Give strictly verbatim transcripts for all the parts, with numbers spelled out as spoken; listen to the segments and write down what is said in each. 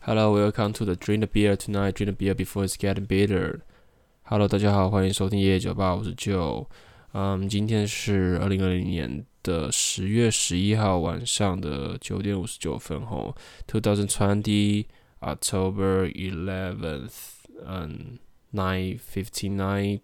Hello, welcome to the Drink the Beer Tonight. Drink the beer before it's getting bitter. Hello,大家好，欢迎收听夜夜酒吧，我是 Joe。嗯，今天是二零二零年的十月十一号晚上的九点五十九分吼 ，twenty twenty October eleventh, 嗯 nine fifty-nine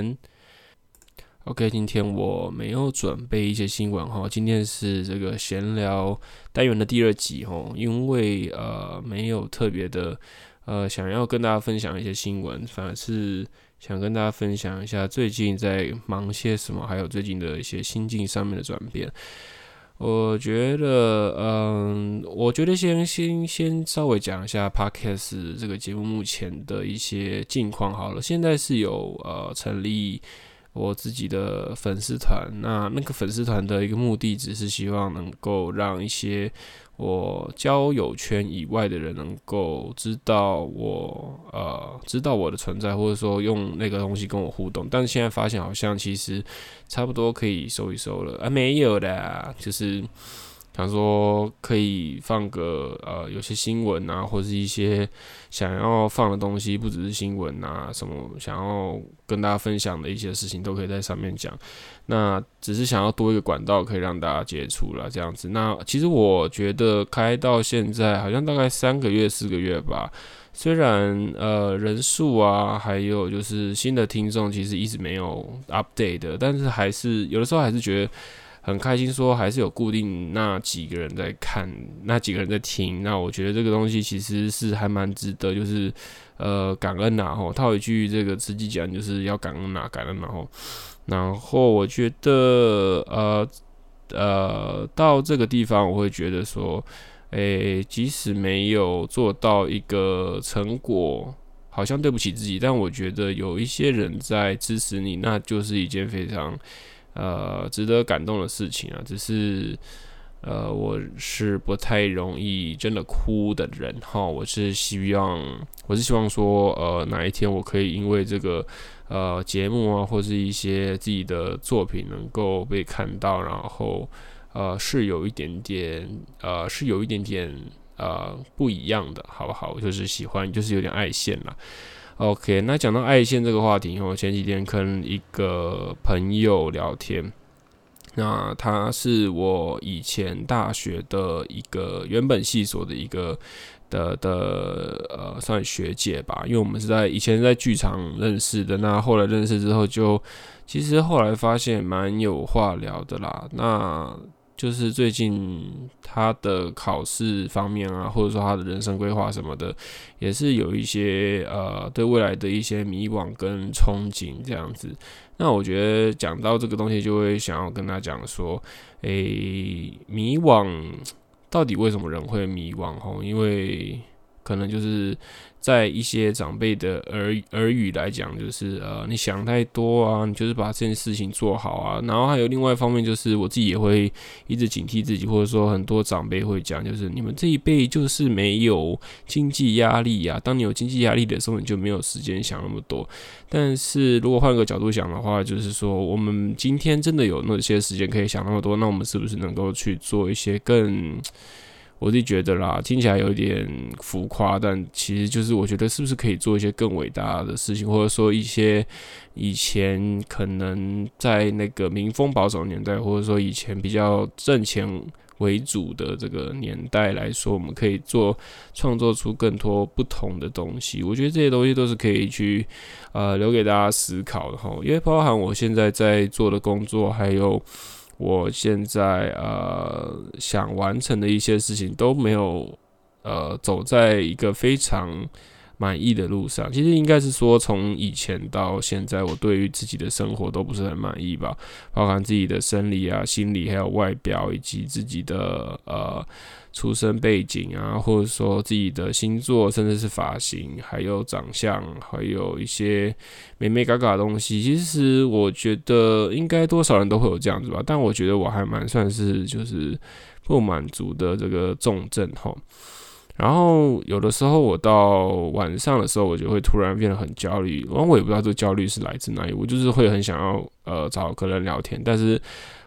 p.m.OK， 今天我没有准备一些新闻哈，今天是这个闲聊单元的第二集哈，因为呃没有特别的呃想要跟大家分享一些新闻，反而是想跟大家分享一下最近在忙些什么，还有最近的一些心境上面的转变。我觉得，嗯，我觉得先先先稍微讲一下 Podcast 这个节目目前的一些近况好了。现在是有呃成立我自己的粉丝团，那那个粉丝团的一个目的，只是希望能够让一些我交友圈以外的人能够知道我呃知道我的存在，或者说用那个东西跟我互动。但是现在发现好像其实差不多可以收一收了啊，没有的啊，就是想说可以放个呃有些新闻啊，或是一些想要放的东西，不只是新闻啊，什么想要跟大家分享的一些事情都可以在上面讲。那只是想要多一个管道可以让大家接触啦，这样子。那其实我觉得开到现在好像大概三个月、四个月吧。虽然呃人数啊，还有就是新的听众其实一直没有 update 的，但是还是有的时候还是觉得很开心，说还是有固定那几个人在看，那几个人在听。那我觉得这个东西其实是还蛮值得，就是呃感恩呐吼。套一句这个慈济讲，就是要感恩呐，感恩呐吼。然后我觉得呃呃到这个地方，我会觉得说，诶，即使没有做到一个成果，好像对不起自己，但我觉得有一些人在支持你，那就是一件非常呃值得感动的事情啊。只是呃我是不太容易真的哭的人哈，我是希望我是希望说呃哪一天我可以因为这个呃节目啊，或是一些自己的作品能够被看到，然后呃是有一点点呃是有一点点呃不一样的，好不好？我就是喜欢，就是有点爱线啦。OK， 那讲到爱线这个话题，我前几天跟一个朋友聊天，那他是我以前大学的一个原本系所的一个的的呃算学姐吧，因为我们是在以前在剧场认识的，那后来认识之后就其实后来发现蛮有话聊的啦。那就是最近他的考试方面啊，或者说他的人生规划什么的，也是有一些呃对未来的一些迷惘跟憧憬这样子。那我觉得讲到这个东西，就会想要跟他讲说，诶，迷惘到底为什么人会迷惘？吼，因为可能就是在一些长辈的耳耳语来讲，就是呃你想太多啊，你就是把这件事情做好啊。然后还有另外一方面，就是我自己也会一直警惕自己，或者说很多长辈会讲，就是你们这一辈就是没有经济压力啊。当你有经济压力的时候，你就没有时间想那么多。但是如果换个角度想的话，就是说我们今天真的有那些时间可以想那么多，那我们是不是能够去做一些更？我自己觉得啦，听起来有一点浮夸，但其实就是我觉得是不是可以做一些更伟大的事情，或者说一些以前可能在那个民风保守年代，或者说以前比较挣钱为主的这个年代来说，我们可以做创作出更多不同的东西。我觉得这些东西都是可以去呃留给大家思考的齁，因为包含我现在在做的工作，还有我现在呃想完成的一些事情都没有呃走在一个非常满意的路上。其实应该是说，从以前到现在，我对于自己的生活都不是很满意吧，包含自己的生理啊、心理，还有外表，以及自己的呃出身背景啊，或者说自己的星座，甚至是发型，还有长相，还有一些美美嘎嘎的东西。其实我觉得应该多少人都会有这样子吧，但我觉得我还蛮算是就是不满足的这个重症齁。然后有的时候我到晚上的时候，我就会突然变得很焦虑，然后我也不知道这个焦虑是来自哪里，我就是会很想要呃找个人聊天，但是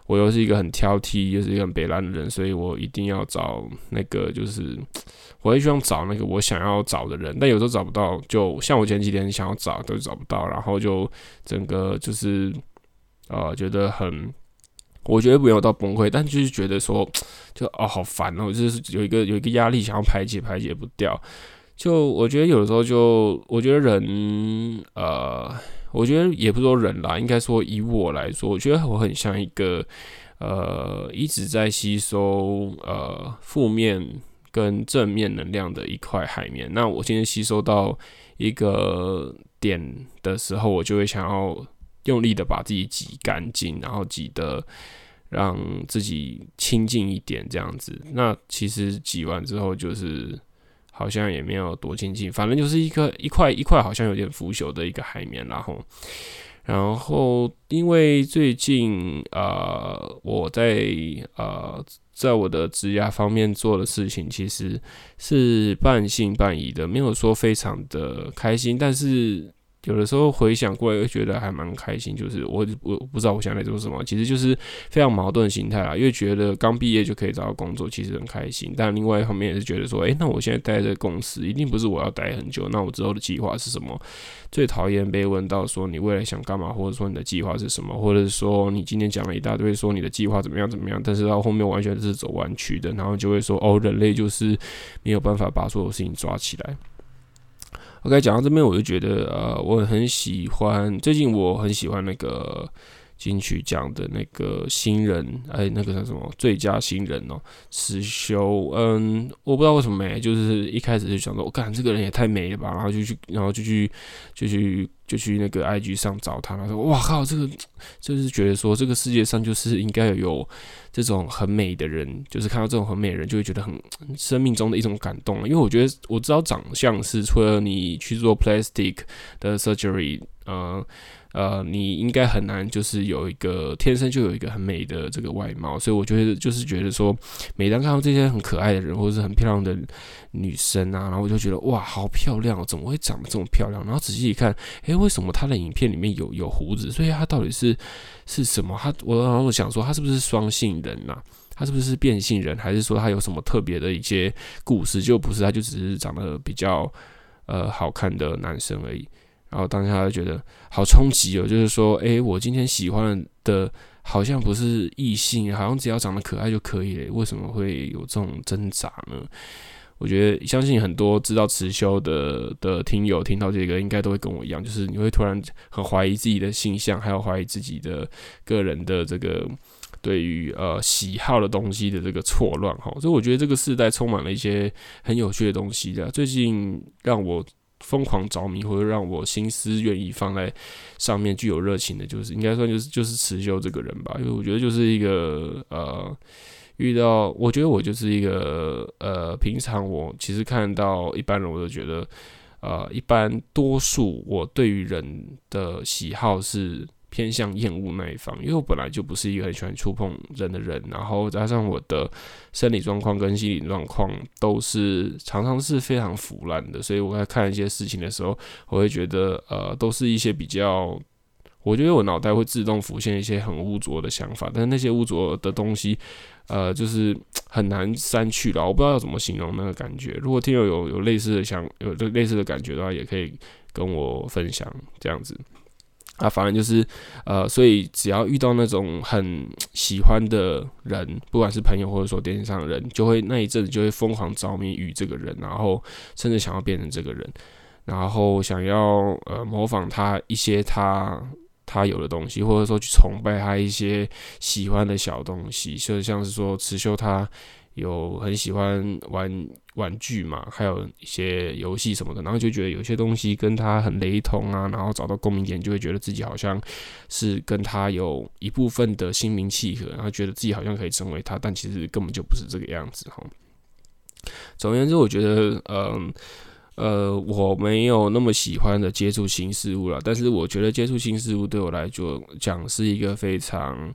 我又是一个很挑剔，又是一个很北烂的人，所以我一定要找那个，就是我会希望找那个我想要找的人，但有时候找不到，就像我前几天想要找都找不到，然后就整个就是呃觉得很。我觉得没有到崩溃，但就是觉得说，就哦好烦哦，就是有一个有一个压力想要排解，排解不掉。就我觉得有的时候就，我觉得人，呃，我觉得也不是说人啦，应该说以我来说，我觉得我很像一个，呃，一直在吸收呃负面跟正面能量的一块海绵。那我今天吸收到一个点的时候，我就会想要用力的把自己挤干净，然后挤的让自己清净一点，这样子。那其实挤完之后，就是好像也没有多清净，反正就是一个一块一块好像有点腐朽的一个海绵，然后，然后因为最近呃我在呃在我的职涯方面做的事情，其实是半信半疑的，没有说非常的开心，但是有的时候回想过来，会觉得还蛮开心。就是我我不知道我现在在做什么，其实就是非常矛盾的心态啦。因为觉得刚毕业就可以找到工作，其实很开心。但另外一方面也是觉得说，哎、欸，那我现在待在这个公司，一定不是我要待很久。那我之后的计划是什么？最讨厌被问到说你未来想干嘛，或者说你的计划是什么，或者是说你今天讲了一大堆，说你的计划怎么样怎么样，但是到后面完全是走弯曲的，然后就会说，哦，人类就是没有办法把所有事情抓起来。OK， 讲到这边，我就觉得，呃，我很喜欢，最近我很喜欢那个金曲奖的那个新人，哎，那个叫什么最佳新人哦，池修，嗯，我不知道为什么没，就是一开始就想说，我、哦、干这个人也太美了吧，然后就去，然后就去，就去，就去那个 I G 上找他，他说，哇靠，这个就是觉得说，这个世界上就是应该有这种很美的人，就是看到这种很美的人，就会觉得很生命中的一种感动。因为我觉得我知道长相是除了你去做 plastic 的 surgery， 呃。呃，你应该很难就是有一个天生就有一个很美的这个外貌，所以我觉得就是觉得说，每当看到这些很可爱的人或者是很漂亮的女生啊，然后我就觉得哇，好漂亮哦，怎么会长得这么漂亮？然后仔细一看，诶、欸，为什么她的影片里面有有胡子？所以她到底是是什么？她我然后想说，她是不是双性人啊？他是不是变性人，还是说他有什么特别的一些故事？就不是，他就只是长得比较呃好看的男生而已。然后当下就觉得好冲击哦，就是说，诶，我今天喜欢的好像不是异性，好像只要长得可爱就可以了，为什么会有这种挣扎呢？我觉得相信很多知道持修的的听友听到这个，应该都会跟我一样，就是你会突然很怀疑自己的性向，还有怀疑自己的个人的这个对于呃喜好的东西的这个错乱哈。所以我觉得这个世代充满了一些很有趣的东西的。最近让我疯狂着迷，或者让我心思愿意放在上面具有热情的，就是应该算就是就是持修这个人吧，因为我觉得就是一个呃遇到，我觉得我就是一个呃平常我其实看到一般人我都觉得呃一般多数我对于人的喜好是偏向厌恶那一方，因为我本来就不是一个很喜欢触碰人的人，然后加上我的生理状况跟心理状况都是常常是非常腐烂的，所以我在看一些事情的时候，我会觉得呃都是一些比较，我觉得我脑袋会自动浮现一些很污浊的想法，但是那些污浊的东西，呃，就是很难删去了，我不知道要怎么形容那个感觉。如果听友有有类似的想有类似的感觉的话，也可以跟我分享这样子。啊，反正就是，呃，所以只要遇到那种很喜欢的人，不管是朋友或者说电视上的人，就会那一阵子就会疯狂着迷于这个人，然后甚至想要变成这个人，然后想要呃模仿他一些他他有的东西，或者说去崇拜他一些喜欢的小东西，就像是说持修他有很喜欢玩玩具嘛，还有一些游戏什么的，然后就觉得有些东西跟他很雷同啊，然后找到共鸣点，就会觉得自己好像是跟他有一部分的心灵契合，然后觉得自己好像可以成为他，但其实根本就不是这个样子哈。总而言之，我觉得，嗯。呃，我没有那么喜欢的接触新事物啦，但是我觉得接触新事物对我来讲是一个非常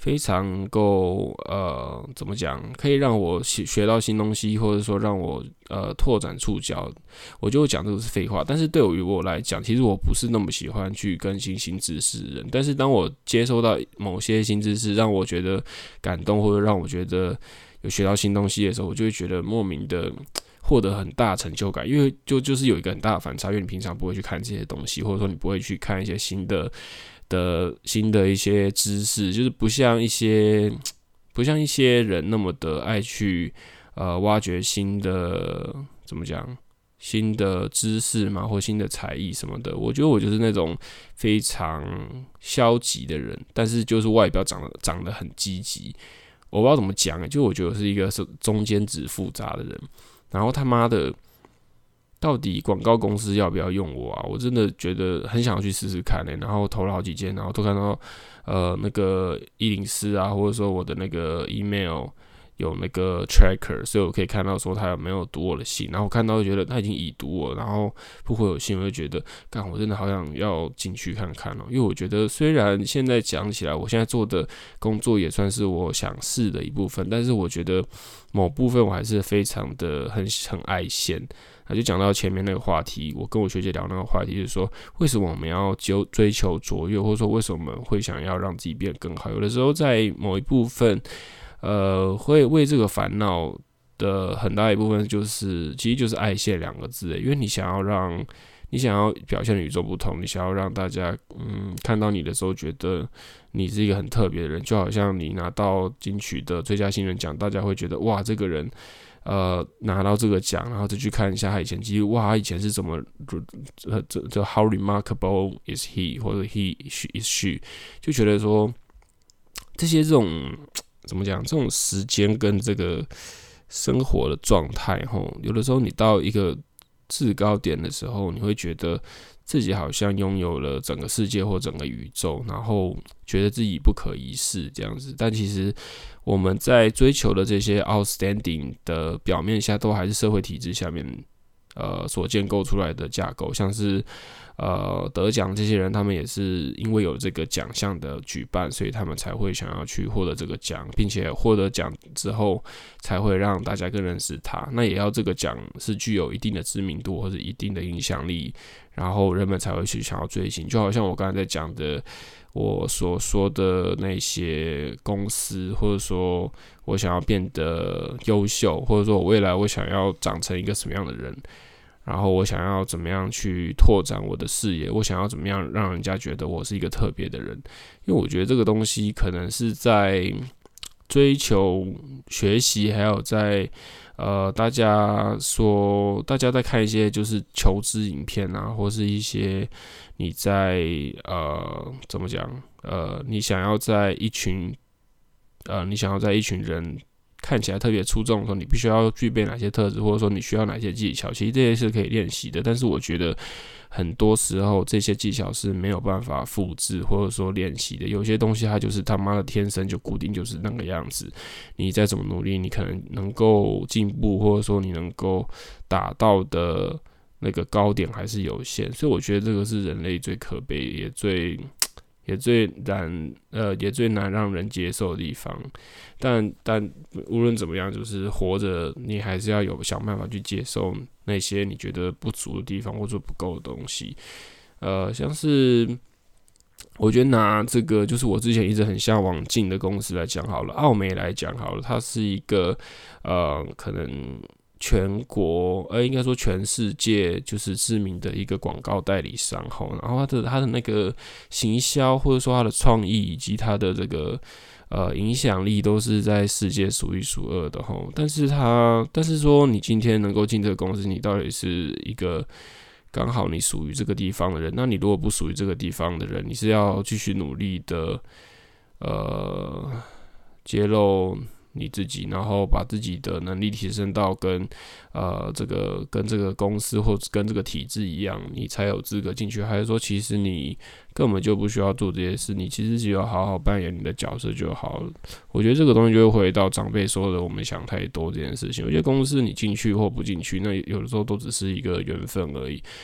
非常够呃怎么讲，可以让我学学到新东西，或者说让我呃拓展触角，我就讲这个是废话。但是对于我来讲，其实我不是那么喜欢去更新新知识的人。但是当我接收到某些新知识，让我觉得感动，或者让我觉得有学到新东西的时候，我就会觉得莫名的获得很大成就感，因为就就是有一个很大的反差，因为你平常不会去看这些东西，或者说你不会去看一些新的的新的一些知识，就是不像一些不像一些人那么的爱去呃挖掘新的怎么讲新的知识嘛，或新的才艺什么的。我觉得我就是那种非常消极的人，但是就是外表长得长得很积极。我不知道怎么讲，就我觉得我是一个中间值复杂的人。然后他妈的，到底广告公司要不要用我啊？我真的觉得很想要去试试看欸。然后投了好几间，然后都看到呃那个一零四啊，或者说我的那个 email 有那个 tracker， 所以我可以看到说他有没有读我的信。然后我看到就觉得他已经已读我，然后不回我信，我就觉得，干，我真的好想要进去看看哦。因为我觉得虽然现在讲起来，我现在做的工作也算是我想试的一部分，但是我觉得某部分我还是非常的很很爱现。那就讲到前面那个话题，我跟我学姐聊那个话题，就是说为什么我们要追求卓越，或者说为什么我们会想要让自己变得更好？有的时候在某一部分，呃，会为这个烦恼的很大一部分，就是其实就是爱现两个字，因为你想要让你想要表现的与众不同，你想要让大家嗯看到你的时候觉得你是一个很特别的人，就好像你拿到金曲的最佳新人奖，大家会觉得哇，这个人。呃，拿到这个奖，然后再去看一下他以前记录，哇，他以前是怎么，这这这 how remarkable is he， 或者 he is she， 就觉得说这些这种怎么讲，这种时间跟这个生活的状态，吼，有的时候你到一个制高点的时候，你会觉得自己好像拥有了整个世界或整个宇宙，然后觉得自己不可一世这样子，但其实。我们在追求的这些 outstanding 的表面下，都还是社会体制下面，呃，所建构出来的架构。像是呃得奖这些人，他们也是因为有这个奖项的举办，所以他们才会想要去获得这个奖，并且获得奖之后，才会让大家更认识他。那也要这个奖是具有一定的知名度或者一定的影响力，然后人们才会去想要追星。就好像我刚才在讲的。我所说的那些公司，或者说我想要变得优秀，或者说我未来我想要长成一个什么样的人，然后我想要怎么样去拓展我的视野，我想要怎么样让人家觉得我是一个特别的人，因为我觉得这个东西可能是在追求学习，还有在呃大家说大家在看一些就是求知影片啊，或是一些。你在呃怎么讲？呃，你想要在一群呃，你想要在一群人看起来特别出众的时候，你必须要具备哪些特质，或者说你需要哪些技巧？其实这些是可以练习的，但是我觉得很多时候这些技巧是没有办法复制或者说练习的。有些东西它就是他妈的天生就固定就是那个样子，你再怎么努力，你可能能够进步，或者说你能够达到的。那个高点还是有限，所以我觉得这个是人类最可悲，也最也最难呃也最难让人接受的地方。但但无论怎么样，就是活着，你还是要有想办法去接受那些你觉得不足的地方或者不够的东西。呃，像是我觉得拿这个就是我之前一直很向往进的公司来讲好了，奥美来讲好了，它是一个呃可能。全国，呃，应该说全世界就是知名的一个广告代理商吼，然后他的他的那个行销或者说他的创意以及他的这个呃影响力都是在世界数一数二的吼。但是他，但是说你今天能够进这个公司，你到底是一个刚好你属于这个地方的人，那你如果不属于这个地方的人，你是要继续努力的，呃，揭露。你自己，然后把自己的能力提升到跟呃这个跟这个公司或者跟这个体制一样，你才有资格进去。还是说，其实你根本就不需要做这些事，你其实只要好好扮演你的角色就好了。我觉得这个东西就会回到长辈说的，我们想太多这件事情。有些公司你进去或不进去，那有的时候都只是一个缘分而已。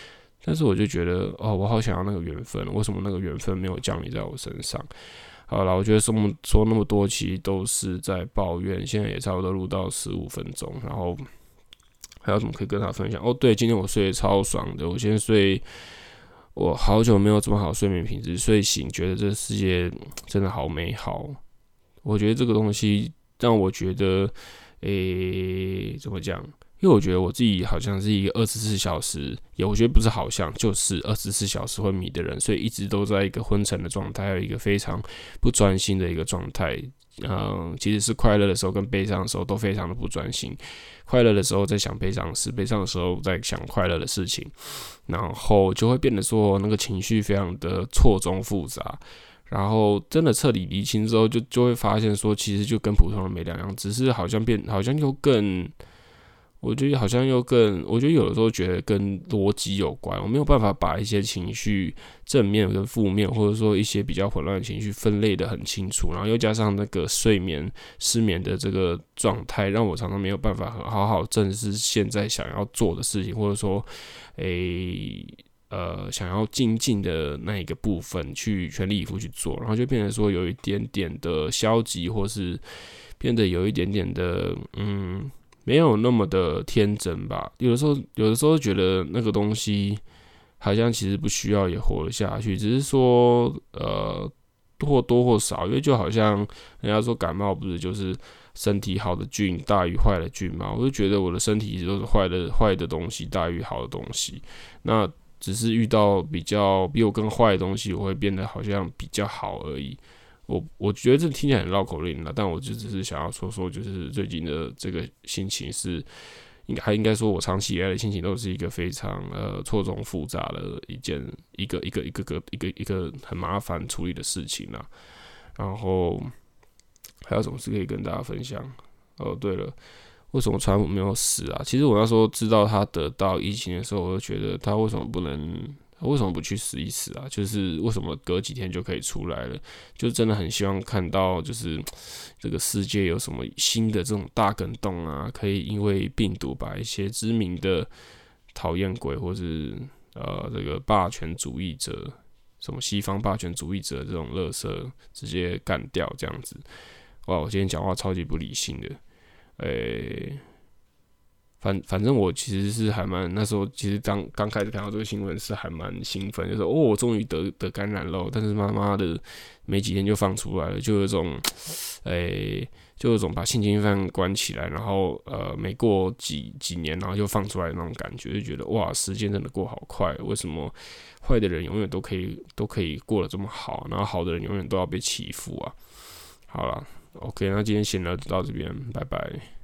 但是我就觉得，哦，我好想要那个缘分，为什么那个缘分没有降临在我身上？好了，我觉得说说那么多，其实都是在抱怨。现在也差不多录到十五分钟，然后还有什么可以跟他分享？哦，对，今天我睡得超爽的，我先睡，我好久没有这么好睡眠品质，睡醒觉得这个世界真的好美好。我觉得这个东西让我觉得，诶、欸，怎么讲？因为我觉得我自己好像是一个二十四小时，也我觉得不是好像，就是二十四小时昏迷的人，所以一直都在一个昏沉的状态，还有一个非常不专心的一个状态。嗯，其实是快乐的时候跟悲伤的时候都非常的不专心。快乐的时候在想悲伤的事，悲伤的时候在想快乐的事情，然后就会变得说那个情绪非常的错综复杂。然后真的彻底厘清之后就，就会发现说，其实就跟普通人没两样，只是好像变，好像又更。我觉得好像又更，我觉得有的时候觉得跟逻辑有关，我没有办法把一些情绪正面跟负面，或者说一些比较混乱的情绪分类的很清楚，然后又加上那个睡眠失眠的这个状态，让我常常没有办法很好好正视现在想要做的事情，或者说，诶、呃，想要精进的那一个部分去全力以赴去做，然后就变成说有一点点的消极，或是变得有一点点的嗯。没有那么的天真吧，有的时候，有的时候觉得那个东西好像其实不需要也活得下去，只是说呃或多或少，因为就好像人家说感冒不是就是身体好的菌大于坏的菌嘛，我就觉得我的身体一直都是坏的坏的东西大于好的东西，那只是遇到比较比我更坏的东西，我会变得好像比较好而已。我我觉得这听起来很绕口令啦，但我就只是想要说说，就是最近的这个心情是，应该还应该说，我长期以来的心情都是一个非常呃错综复杂的一件一个一个一个个一个一个很麻烦处理的事情啦。然后还有什么事可以跟大家分享？哦，对了，为什么川普没有死啊？其实我那时候知道他得到疫情的时候，我就觉得他为什么不能？为什么不去死一死啊？就是为什么隔几天就可以出来了？就真的很希望看到，就是这个世界有什么新的这种大更动啊，可以因为病毒把一些知名的讨厌鬼，或是呃这个霸权主义者，什么西方霸权主义者这种垃圾直接干掉这样子。哇，我今天讲话超级不理性的，诶、欸。反反正我其实是还蛮那时候，其实刚刚开始看到这个新闻是还蛮兴奋，就是哦，我终于得得感染了，但是妈妈的没几天就放出来了，就有一种，诶、欸，就有一种把性侵犯关起来，然后呃，没过几几年，然后就放出来的那种感觉，就觉得哇，时间真的过好快，为什么坏的人永远都可以都可以过得这么好，然后好的人永远都要被欺负啊？好啦 ，OK， 那今天先聊到这边，拜拜。